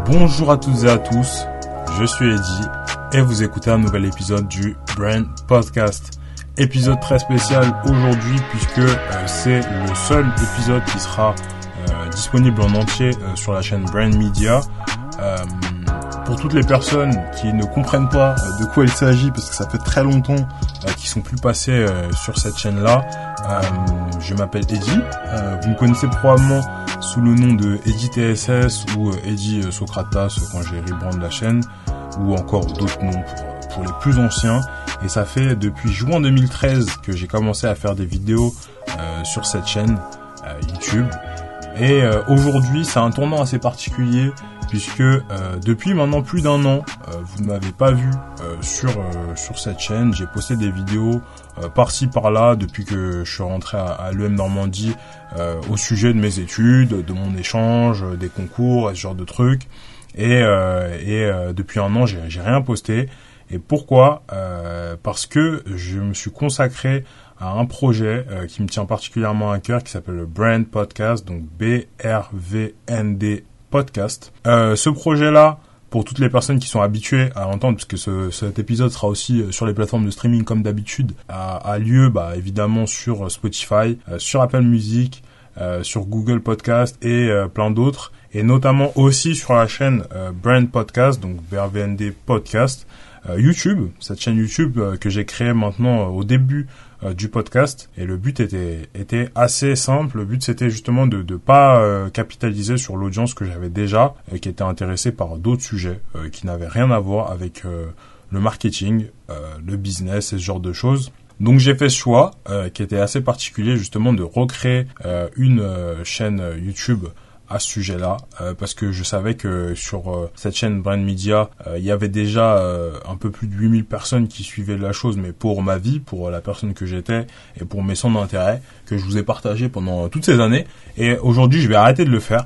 Bonjour à toutes et à tous, je suis Eddy et vous écoutez un nouvel épisode du Brand Podcast. Épisode très spécial aujourd'hui puisque c'est le seul épisode qui sera disponible en entier sur la chaîne Brand Media. Pour toutes les personnes qui ne comprennent pas de quoi il s'agit, parce que ça fait très longtemps qu'ils sont plus passés sur cette chaîne-là, je m'appelle Eddy. Vous me connaissez probablement sous le nom de Eddy TSS ou Eddy Socratas quand j'ai rebrand la chaîne, ou encore d'autres noms pour les plus anciens. Et ça fait depuis juin 2013 que j'ai commencé à faire des vidéos sur cette chaîne YouTube. Et aujourd'hui, c'est un tournant assez particulier puisque depuis maintenant plus d'un an, vous ne m'avez pas vu sur cette chaîne. J'ai posté des vidéos par-ci par-là depuis que je suis rentré à l'EM Normandie au sujet de mes études, de mon échange, des concours et ce genre de trucs. Et depuis un an, j'ai rien posté. Et pourquoi ? Parce que je me suis consacré à un projet qui me tient particulièrement à cœur, qui s'appelle le Brand Podcast, donc BRVND Podcast. Ce projet-là, pour toutes les personnes qui sont habituées à l'entendre, puisque cet épisode sera aussi sur les plateformes de streaming comme d'habitude, a lieu évidemment sur Spotify, sur Apple Music, sur Google Podcast et plein d'autres, et notamment aussi sur la chaîne Brand Podcast, donc BRVND Podcast, YouTube, cette chaîne YouTube que j'ai créée maintenant au début du podcast. Et le but était assez simple. Le but, c'était justement de pas capitaliser sur l'audience que j'avais déjà, qui était intéressée par d'autres sujets qui n'avaient rien à voir avec le marketing, le business et ce genre de choses. Donc j'ai fait ce choix qui était assez particulier, justement, de recréer une chaîne YouTube à ce sujet-là, parce que je savais que sur cette chaîne Brand Media, il y avait déjà un peu plus de 8000 personnes qui suivaient la chose, mais pour ma vie, pour la personne que j'étais et pour mes centres d'intérêt que je vous ai partagé pendant toutes ces années. Et aujourd'hui, je vais arrêter de le faire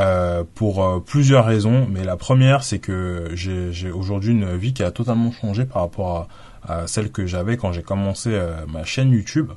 pour plusieurs raisons, mais la première, c'est que j'ai aujourd'hui une vie qui a totalement changé par rapport à celle que j'avais quand j'ai commencé ma chaîne YouTube.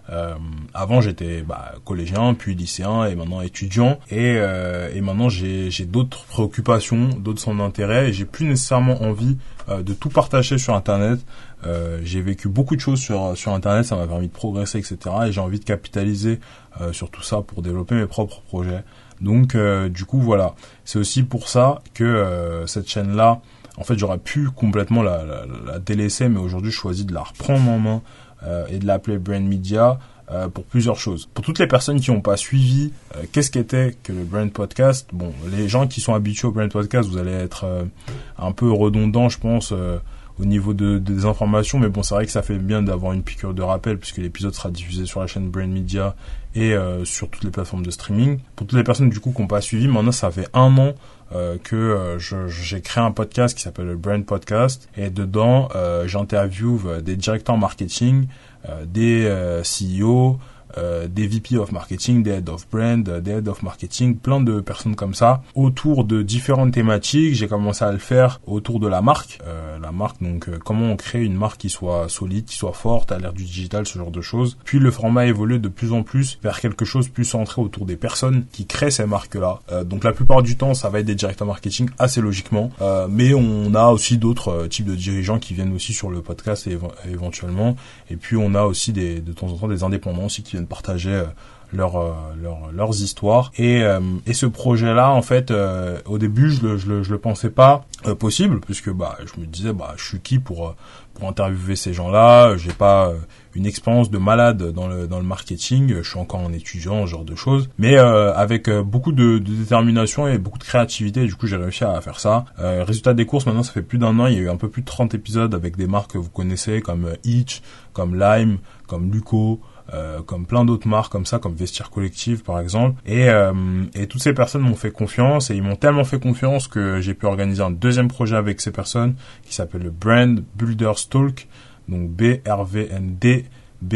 Avant j'étais collégien, puis lycéen et maintenant étudiant, et maintenant j'ai d'autres préoccupations, d'autres centres d'intérêt, et j'ai plus nécessairement envie de tout partager sur internet. J'ai vécu beaucoup de choses sur internet, ça m'a permis de progresser, etc., et j'ai envie de capitaliser sur tout ça pour développer mes propres projets. Donc du coup voilà, c'est aussi pour ça que cette chaîne là, en fait, j'aurais pu complètement la délaisser, mais aujourd'hui je choisis de la reprendre en main et de l'appeler Brand Media pour plusieurs choses. Pour toutes les personnes qui n'ont pas suivi, qu'est-ce qu'était que le Brand Podcast ? Bon, les gens qui sont habitués au Brand Podcast, vous allez être un peu redondant, je pense, au niveau des informations, mais bon, c'est vrai que ça fait bien d'avoir une piqûre de rappel puisque l'épisode sera diffusé sur la chaîne Brand Media et sur toutes les plateformes de streaming. Pour toutes les personnes du coup qui n'ont pas suivi, maintenant ça fait un an que j'ai créé un podcast qui s'appelle le Brand Podcast, et dedans j'interviewe des directeurs marketing, des CEO, des VP of marketing, des head of brand, des head of marketing, plein de personnes comme ça, autour de différentes thématiques. J'ai commencé à le faire autour de la marque, donc comment on crée une marque qui soit solide, qui soit forte à l'ère du digital, ce genre de choses. Puis le format a évolué de plus en plus vers quelque chose plus centré autour des personnes qui créent ces marques-là. Donc la plupart du temps, ça va être des directeurs marketing assez logiquement, mais on a aussi d'autres types de dirigeants qui viennent aussi sur le podcast éventuellement. Et puis on a aussi de temps en temps des indépendants aussi qui viennent partager leurs histoires, et ce projet-là, en fait, au début je le pensais pas possible, puisque je me disais je suis qui pour interviewer ces gens-là, j'ai pas une expérience de malade dans le marketing, je suis encore un étudiant, ce genre de choses, mais avec beaucoup de détermination et beaucoup de créativité, du coup j'ai réussi à faire ça. Résultat des courses, maintenant ça fait plus d'un an, il y a eu un peu plus de 30 épisodes avec des marques que vous connaissez comme Itch, comme Lime, comme Luco, comme plein d'autres marques comme ça, comme Vestiaire Collective par exemple, et toutes ces personnes m'ont fait confiance, et ils m'ont tellement fait confiance que j'ai pu organiser un deuxième projet avec ces personnes qui s'appelle le Brand Builders Talk, donc BRVND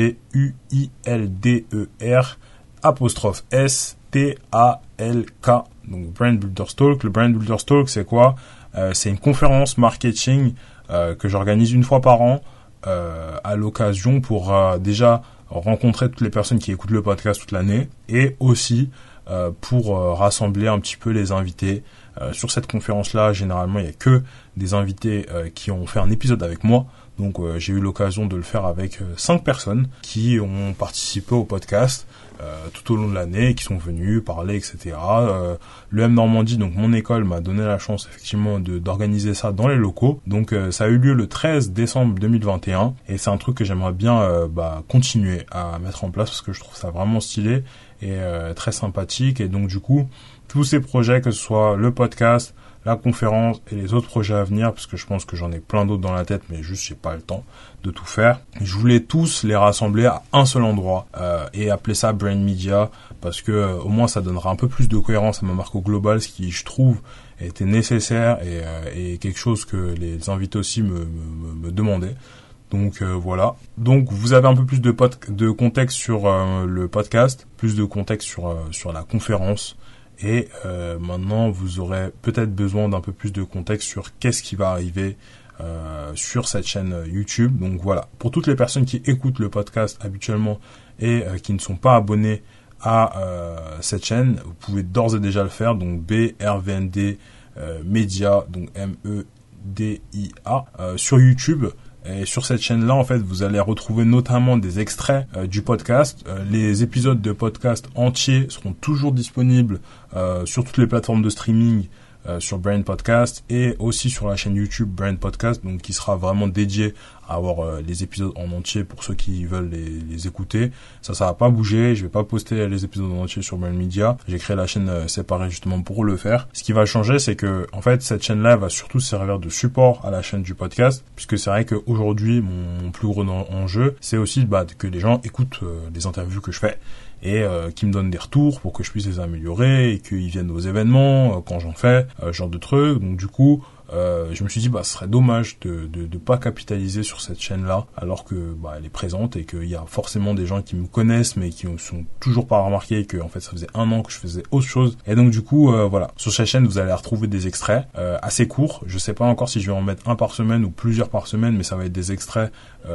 BUILDER apostrophe STALK, donc Brand Builders Talk. Le Brand Builders Talk, c'est quoi ? C'est une conférence marketing que j'organise une fois par an à l'occasion pour déjà rencontrer toutes les personnes qui écoutent le podcast toute l'année, et aussi pour rassembler un petit peu les invités. Sur cette conférence-là, généralement, il y a que des invités qui ont fait un épisode avec moi. Donc j'ai eu l'occasion de le faire avec 5 personnes qui ont participé au podcast tout au long de l'année, qui sont venus parler, etc. Le M Normandie, donc mon école, m'a donné la chance effectivement d'organiser ça dans les locaux. Donc ça a eu lieu le 13 décembre 2021 et c'est un truc que j'aimerais bien continuer à mettre en place parce que je trouve ça vraiment stylé et très sympathique. Et donc du coup, tous ces projets, que ce soit le podcast, la conférence et les autres projets à venir, parce que je pense que j'en ai plein d'autres dans la tête, mais juste j'ai pas le temps de tout faire. Je voulais tous les rassembler à un seul endroit et appeler ça Brain Media, parce que au moins ça donnera un peu plus de cohérence à ma marque au global, ce qui je trouve était nécessaire et quelque chose que les invités aussi me demandaient. Donc voilà. Donc vous avez un peu plus de contexte sur le podcast, plus de contexte sur la conférence. Et maintenant, vous aurez peut-être besoin d'un peu plus de contexte sur qu'est-ce qui va arriver sur cette chaîne YouTube. Donc voilà, pour toutes les personnes qui écoutent le podcast habituellement et qui ne sont pas abonnés à cette chaîne, vous pouvez d'ores et déjà le faire. Donc BRVND Media, donc MEDIA sur YouTube. Et sur cette chaîne-là, en fait, vous allez retrouver notamment des extraits du podcast. Les épisodes de podcast entiers seront toujours disponibles sur toutes les plateformes de streaming, sur Brain Podcast et aussi sur la chaîne YouTube Brain Podcast, donc qui sera vraiment dédiée à avoir les épisodes en entier pour ceux qui veulent les écouter. Ça va pas bouger. Je vais pas poster les épisodes en entier sur Brain Media. J'ai créé la chaîne séparée justement pour le faire. Ce qui va changer, c'est que en fait cette chaîne-là va surtout servir de support à la chaîne du podcast, puisque c'est vrai qu'aujourd'hui mon plus gros enjeu, c'est aussi que les gens écoutent les interviews que je fais et qui me donnent des retours pour que je puisse les améliorer et qu'ils viennent aux événements quand j'en fais, genre de trucs. Donc du coup, je me suis dit ce serait dommage de pas capitaliser sur cette chaîne-là alors que elle est présente et qu'il y a forcément des gens qui me connaissent mais qui ne sont toujours pas remarqués et que en fait ça faisait 1 an que je faisais autre chose. Et donc du coup voilà, sur cette chaîne vous allez retrouver des extraits assez courts. Je sais pas encore si je vais en mettre un par semaine ou plusieurs par semaine, mais ça va être des extraits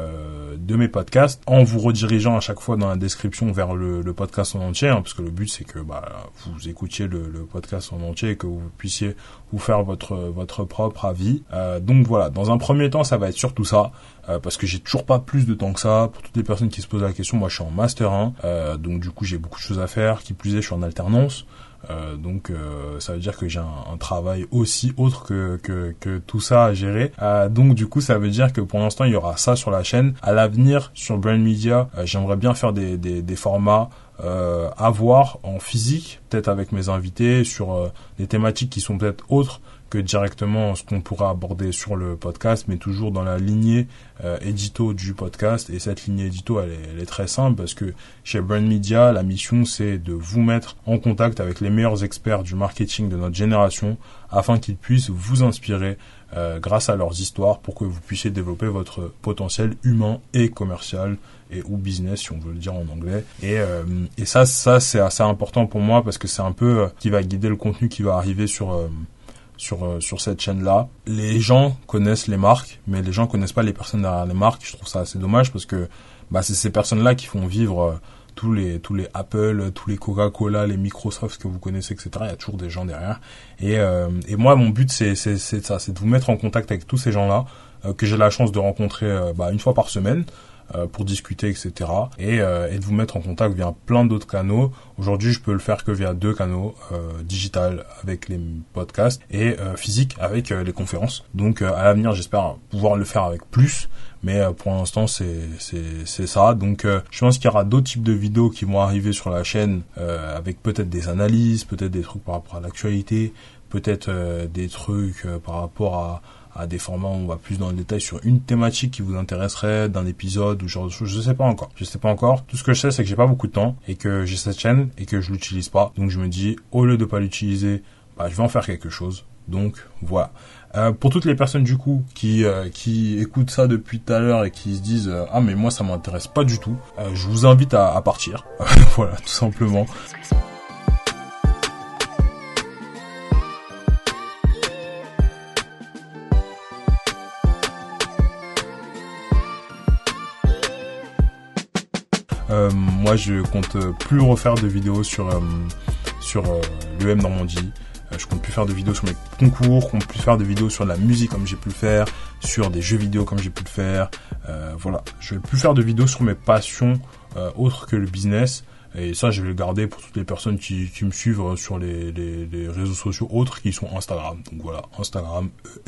de mes podcasts en vous redirigeant à chaque fois dans la description vers le podcast en entier, parce que le but c'est que vous écoutiez le podcast en entier et que vous puissiez vous faire votre propre avis. Donc voilà, dans un premier temps ça va être surtout ça, parce que j'ai toujours pas plus de temps que ça. Pour toutes les personnes qui se posent la question, moi je suis en Master 1, donc du coup j'ai beaucoup de choses à faire, qui plus est je suis en alternance. Donc ça veut dire que j'ai un travail aussi autre que tout ça à gérer. Donc du coup ça veut dire que pour l'instant il y aura ça sur la chaîne. À l'avenir sur Brain Media, j'aimerais bien faire des formats à voir en physique, peut-être avec mes invités sur des thématiques qui sont peut-être autres que directement ce qu'on pourra aborder sur le podcast, mais toujours dans la lignée édito du podcast. Et cette lignée édito, elle est très simple parce que chez Brain Media, la mission, c'est de vous mettre en contact avec les meilleurs experts du marketing de notre génération afin qu'ils puissent vous inspirer grâce à leurs histoires pour que vous puissiez développer votre potentiel humain et commercial et ou business si on veut le dire en anglais. Et ça c'est assez important pour moi parce que c'est un peu qui va guider le contenu qui va arriver sur cette chaîne-là. Les gens connaissent les marques, mais les gens connaissent pas les personnes derrière les marques. Je trouve ça assez dommage parce que c'est ces personnes-là qui font vivre tous les Apple, tous les Coca-Cola, les Microsoft que vous connaissez, etc. Il y a toujours des gens derrière. Et moi, mon but, c'est ça, c'est de vous mettre en contact avec tous ces gens-là que j'ai la chance de rencontrer 1 fois par semaine. Pour discuter, etc. Et de vous mettre en contact via plein d'autres canaux. Aujourd'hui, je peux le faire que via 2 canaux, digital avec les podcasts et physique avec les conférences. Donc à l'avenir, j'espère pouvoir le faire avec plus, mais pour l'instant, c'est ça. Donc je pense qu'il y aura d'autres types de vidéos qui vont arriver sur la chaîne avec peut-être des analyses, peut-être des trucs par rapport à l'actualité, peut-être des trucs par rapport à des formats où on va plus dans le détail sur une thématique qui vous intéresserait d'un épisode ou genre de choses. Je sais pas encore. Tout ce que je sais, c'est que j'ai pas beaucoup de temps et que j'ai cette chaîne et que je l'utilise pas. Donc je me dis, au lieu de pas l'utiliser, je vais en faire quelque chose. Donc voilà. Pour toutes les personnes du coup qui écoutent ça depuis tout à l'heure et qui se disent mais moi ça m'intéresse pas du tout, je vous invite à partir. Voilà, tout simplement. Moi je compte plus refaire de vidéos sur sur l'UM Normandie. Je compte plus faire de vidéos sur mes concours, je compte plus faire de vidéos sur la musique comme j'ai pu le faire, sur des jeux vidéo comme j'ai pu le faire. Voilà, je vais plus faire de vidéos sur mes passions autres que le business. Et ça, je vais le garder pour toutes les personnes qui me suivent sur les réseaux sociaux autres qui sont Instagram. Donc voilà, Instagram,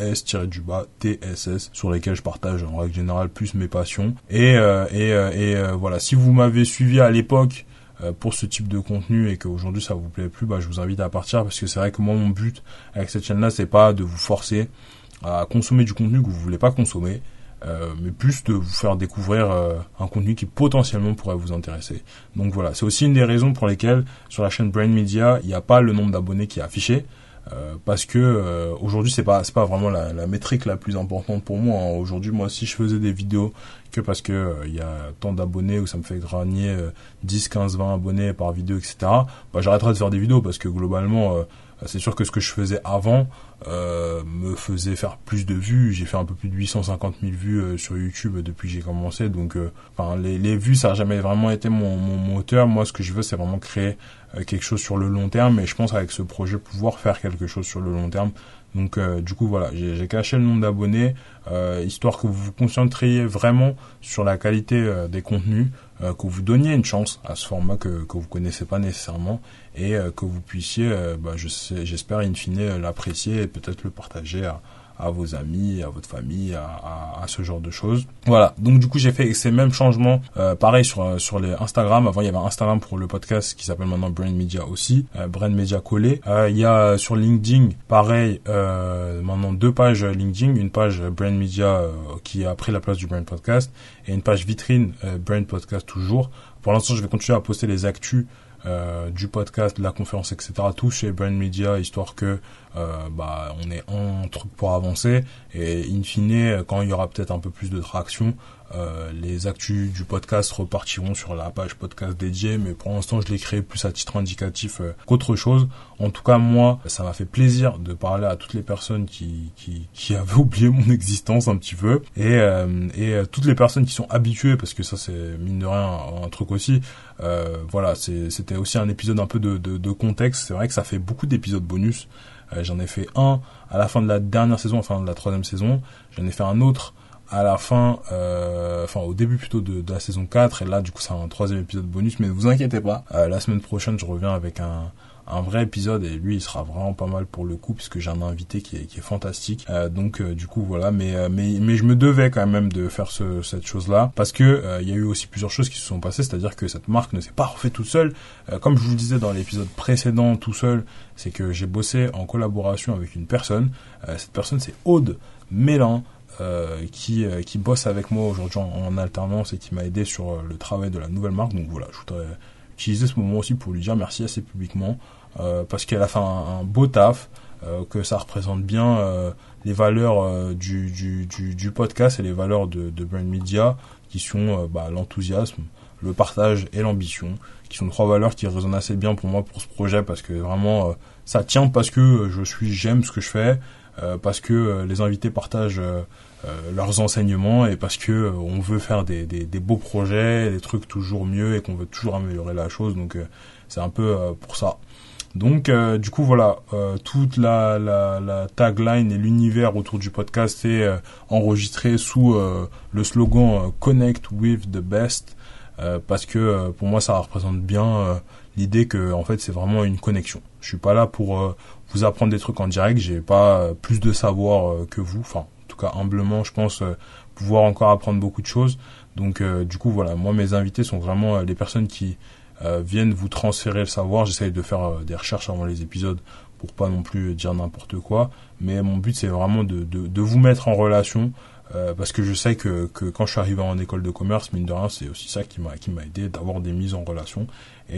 ES-TSS, sur lesquels je partage en règle générale plus mes passions. Et voilà, si vous m'avez suivi à l'époque pour ce type de contenu et qu'aujourd'hui ça vous plaît plus, je vous invite à partir parce que c'est vrai que moi, mon but avec cette chaîne-là, c'est pas de vous forcer à consommer du contenu que vous voulez pas consommer. Mais plus de vous faire découvrir un contenu qui potentiellement pourrait vous intéresser. Donc voilà, c'est aussi une des raisons pour lesquelles sur la chaîne Brand Media, il n'y a pas le nombre d'abonnés qui est affiché, parce que aujourd'hui c'est pas vraiment la métrique la plus importante pour moi. Aujourd'hui, moi, si je faisais des vidéos que parce que il y a tant d'abonnés ou ça me fait gagner 10, 15, 20 abonnés par vidéo, etc., j'arrêterai de faire des vidéos parce que globalement c'est sûr que ce que je faisais avant me faisait faire plus de vues. J'ai fait un peu plus de 850 000 vues sur YouTube depuis que j'ai commencé. Donc, les vues, ça n'a jamais vraiment été mon moteur. Moi, ce que je veux, c'est vraiment créer quelque chose sur le long terme. Et je pense avec ce projet pouvoir faire quelque chose sur le long terme. Donc, du coup, voilà, j'ai caché le nombre d'abonnés, histoire que vous vous concentriez vraiment sur la qualité des contenus, que vous donniez une chance à ce format que vous connaissez pas nécessairement et que vous puissiez, j'espère in fine l'apprécier et peut-être le partager à vos amis, à votre famille, à ce genre de choses. Voilà. Donc du coup, j'ai fait ces mêmes changements, pareil sur les Instagram. Avant, il y avait Instagram pour le podcast qui s'appelle maintenant Brand Media aussi, Brand Media collé. Il y a sur LinkedIn, pareil, maintenant 2 pages LinkedIn, une page Brand Media qui a pris la place du Brand Podcast et une page vitrine Brand Podcast toujours. Pour l'instant, je vais continuer à poster les actus du podcast, de la conférence, etc. tout chez Brand Media, histoire que on ait un truc pour avancer et in fine, quand il y aura peut-être un peu plus de traction, les actus du podcast repartiront sur la page podcast dédiée, mais pour l'instant je l'ai créé plus à titre indicatif qu'autre chose. En tout cas, moi, ça m'a fait plaisir de parler à toutes les personnes qui avaient oublié mon existence un petit peu et toutes les personnes qui sont habituées, parce que ça c'est mine de rien un truc aussi. Voilà, c'était aussi un épisode un peu de contexte. C'est vrai que ça fait beaucoup d'épisodes bonus. J'en ai fait un à la fin de la dernière saison, enfin de la 3e saison. J'en ai fait un autre à la fin, au début plutôt de la saison 4. Et là, du coup, c'est un 3e épisode bonus. Mais ne vous inquiétez pas, la semaine prochaine, je reviens avec un vrai épisode et lui il sera vraiment pas mal pour le coup puisque j'ai un invité qui est fantastique. Donc du coup voilà, mais je me devais quand même de faire cette chose là parce que il y a eu aussi plusieurs choses qui se sont passées, c'est-à-dire que cette marque ne s'est pas refaite toute seule. Comme je vous le disais dans l'épisode précédent, tout seul, c'est que j'ai bossé en collaboration avec une personne. Cette personne, c'est Aude Mélin. Qui bosse avec moi aujourd'hui en alternance et qui m'a aidé sur le travail de la nouvelle marque. Donc voilà, je voudrais utiliser ce moment aussi pour lui dire merci assez publiquement parce qu'elle a fait un beau taf, que ça représente bien les valeurs du podcast et les valeurs de Brand Media qui sont l'enthousiasme, le partage et l'ambition, qui sont 3 valeurs qui résonnent assez bien pour moi pour ce projet parce que vraiment ça tient parce que j'aime ce que je fais, parce que les invités partagent leurs enseignements et parce que on veut faire des beaux projets, des trucs toujours mieux et qu'on veut toujours améliorer la chose. Donc c'est un peu pour ça. Donc du coup voilà, toute la tagline et l'univers autour du podcast est enregistré sous le slogan Connect with the best, parce que pour moi ça représente bien l'idée que en fait c'est vraiment une connexion. Je suis pas là pour vous apprendre des trucs en direct, j'ai pas plus de savoir que vous, enfin en tout cas humblement je pense pouvoir encore apprendre beaucoup de choses. Donc du coup voilà, moi mes invités sont vraiment les personnes qui viennent vous transférer le savoir. J'essaye de faire des recherches avant les épisodes pour pas non plus dire n'importe quoi, mais mon but c'est vraiment de vous mettre en relation, parce que je sais que quand je suis arrivé en école de commerce, mine de rien, c'est aussi ça qui m'a aidé, d'avoir des mises en relation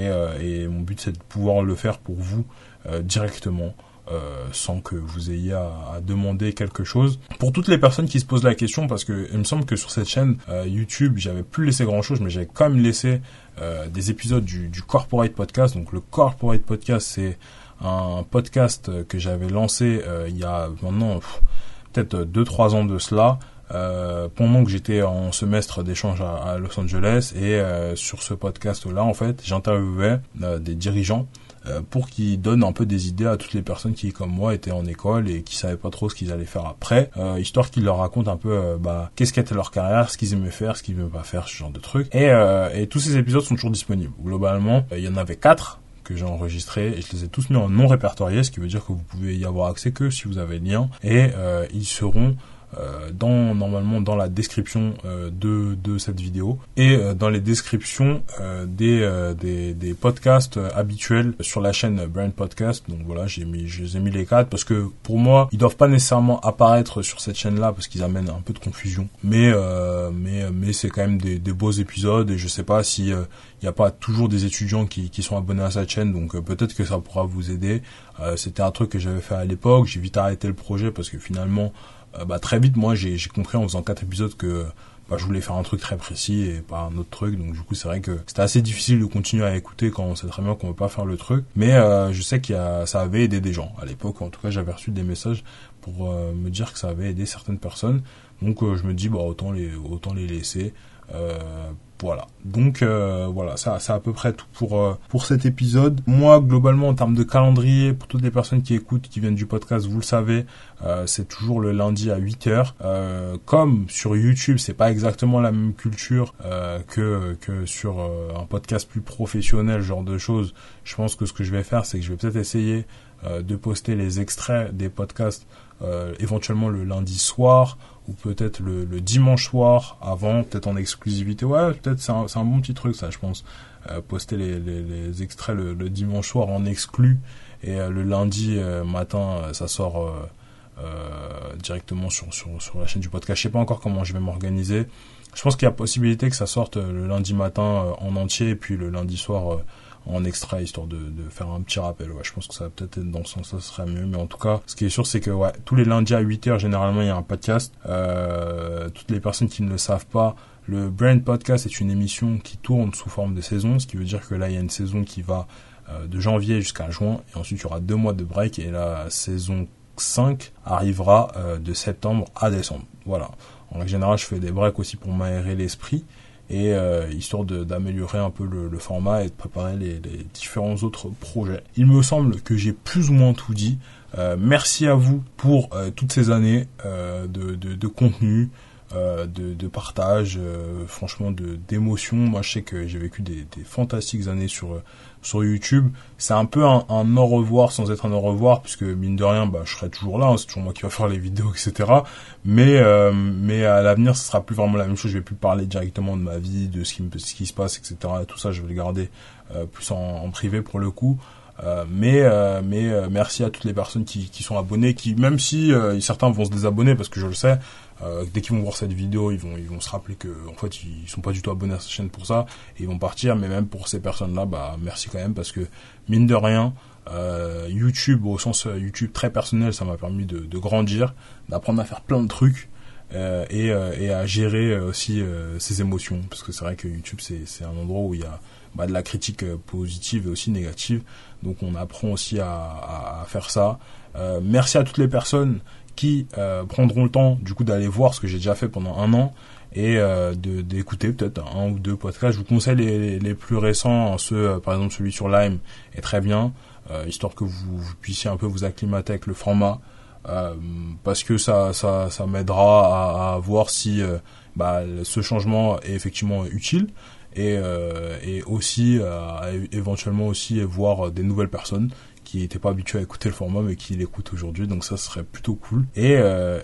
et mon but c'est de pouvoir le faire pour vous directement, sans que vous ayez à demander quelque chose. Pour toutes les personnes qui se posent la question, parce que il me semble que sur cette chaîne YouTube, j'avais plus laissé grand chose, mais j'avais quand même laissé des épisodes du Corporate Podcast. Donc le Corporate Podcast, c'est un podcast que j'avais lancé il y a maintenant peut-être 2-3 ans de cela, pendant que j'étais en semestre d'échange à Los Angeles. Et sur ce podcast-là, en fait, j'interviewais des dirigeants pour qu'ils donnent un peu des idées à toutes les personnes qui, comme moi, étaient en école et qui savaient pas trop ce qu'ils allaient faire après, histoire qu'ils leur racontent un peu qu'est-ce qu'était leur carrière, ce qu'ils aimaient faire, ce qu'ils aimaient pas faire, ce genre de trucs. Et tous ces épisodes sont toujours disponibles. Globalement, il y en avait 4 que j'ai enregistrés et je les ai tous mis en non répertorié, ce qui veut dire que vous pouvez y avoir accès que si vous avez le lien, et ils seront normalement dans la description de cette vidéo et dans les descriptions des podcasts habituels sur la chaîne Brand Podcast. Donc voilà, je les ai mis les 4 parce que pour moi ils doivent pas nécessairement apparaître sur cette chaîne là parce qu'ils amènent un peu de confusion, mais c'est quand même des beaux épisodes et je sais pas si il y a pas toujours des étudiants qui sont abonnés à cette chaîne, donc peut-être que ça pourra vous aider. C'était un truc que j'avais fait à l'époque, j'ai vite arrêté le projet parce que finalement très vite, moi, j'ai compris en faisant 4 épisodes que je voulais faire un truc très précis et pas un autre truc. Donc, du coup, c'est vrai que c'était assez difficile de continuer à écouter quand on sait très bien qu'on veut pas faire le truc. Mais je sais ça avait aidé des gens. À l'époque, en tout cas, j'avais reçu des messages pour me dire que ça avait aidé certaines personnes. Donc, je me dis, autant les laisser. Voilà. Donc voilà, ça c'est à peu près tout pour cet épisode. Moi, globalement, en termes de calendrier, pour toutes les personnes qui écoutent, qui viennent du podcast, vous le savez, c'est toujours le lundi à 8h. Comme sur YouTube, c'est pas exactement la même culture que sur un podcast plus professionnel, ce genre de choses. Je pense que ce que je vais faire, c'est que je vais peut-être essayer de poster les extraits des podcasts éventuellement le lundi soir ou peut-être le dimanche soir avant, peut-être en exclusivité. Ouais, peut-être c'est un bon petit truc ça, je pense. Poster les extraits le dimanche soir en exclu et le lundi matin ça sort directement sur la chaîne du podcast. Je sais pas encore comment je vais m'organiser. Je pense qu'il y a possibilité que ça sorte le lundi matin en entier et puis le lundi soir en extrait, histoire de faire un petit rappel. Ouais, je pense que ça va peut-être être dans ce sens, ça serait mieux. Mais en tout cas, ce qui est sûr, c'est que tous les lundis à 8h, généralement, il y a un podcast. Toutes les personnes qui ne le savent pas, le Brand Podcast est une émission qui tourne sous forme de saison, ce qui veut dire que là, il y a une saison qui va de janvier jusqu'à juin, et ensuite, il y aura 2 mois de break, et la saison 5 arrivera de septembre à décembre. Voilà. En général, je fais des breaks aussi pour m'aérer l'esprit, et histoire d'améliorer un peu le format et de préparer les différents autres projets. Il me semble que j'ai plus ou moins tout dit. Merci à vous pour toutes ces années de contenu, de partage, franchement d'émotion. Moi, je sais que j'ai vécu des fantastiques années sur YouTube. C'est un peu un au revoir sans être un au revoir, puisque mine de rien, je serai toujours là, hein, c'est toujours moi qui va faire les vidéos, etc. Mais à l'avenir, ce sera plus vraiment la même chose. Je vais plus parler directement de ma vie, de ce qui se passe, etc. Tout ça, je vais le garder plus en privé pour le coup. Mais merci à toutes les personnes qui sont abonnées, qui même si certains vont se désabonner parce que je le sais, dès qu'ils vont voir cette vidéo, ils vont se rappeler que en fait ils sont pas du tout abonnés à cette chaîne pour ça et ils vont partir. Mais même pour ces personnes-là, merci quand même parce que mine de rien, YouTube au sens YouTube très personnel, ça m'a permis de grandir, d'apprendre à faire plein de trucs. Et à gérer aussi ses émotions, parce que c'est vrai que YouTube c'est un endroit où il y a de la critique positive et aussi négative, donc on apprend aussi à faire ça. Merci à toutes les personnes qui prendront le temps du coup d'aller voir ce que j'ai déjà fait pendant 1 an et d'écouter peut-être 1 ou 2 podcasts. Je vous conseille les plus récents, par exemple celui sur Lime est très bien, histoire que vous puissiez un peu vous acclimater avec le format. Parce que ça m'aidera à voir si ce changement est effectivement utile et aussi éventuellement aussi voir des nouvelles personnes qui n'étaient pas habituées à écouter le format mais qui l'écoutent aujourd'hui, donc ça serait plutôt cool et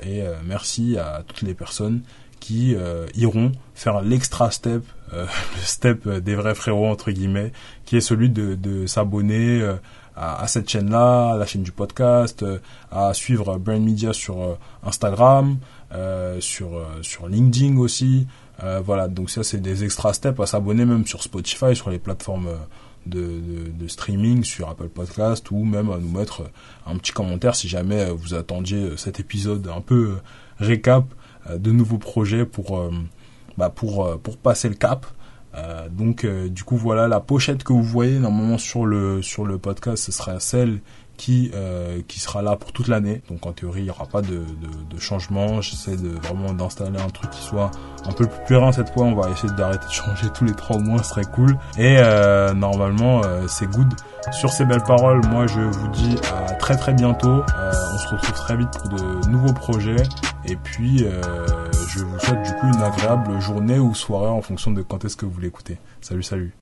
merci à toutes les personnes qui iront faire l'extra step, le step des vrais frérots entre guillemets, qui est celui de s'abonner à cette chaîne-là, à la chaîne du podcast, à suivre Brand Media sur Instagram, sur LinkedIn aussi. Voilà, donc ça c'est des extra steps, à s'abonner même sur Spotify, sur les plateformes de streaming, sur Apple Podcast, ou même à nous mettre un petit commentaire si jamais vous attendiez cet épisode un peu récap de nouveaux projets pour passer le cap. Donc du coup voilà, la pochette que vous voyez normalement sur le podcast, ce sera celle qui sera là pour toute l'année. Donc en théorie, il n'y aura pas de changement. J'essaie vraiment d'installer un truc qui soit un peu plus périn cette fois. On va essayer d'arrêter de changer tous les 3 mois, ce serait cool. Et normalement, c'est good. Sur ces belles paroles, moi je vous dis à très très bientôt. On se retrouve très vite pour de nouveaux projets. Et puis je vous souhaite du coup une agréable journée ou soirée en fonction de quand est-ce que vous l'écoutez. Salut.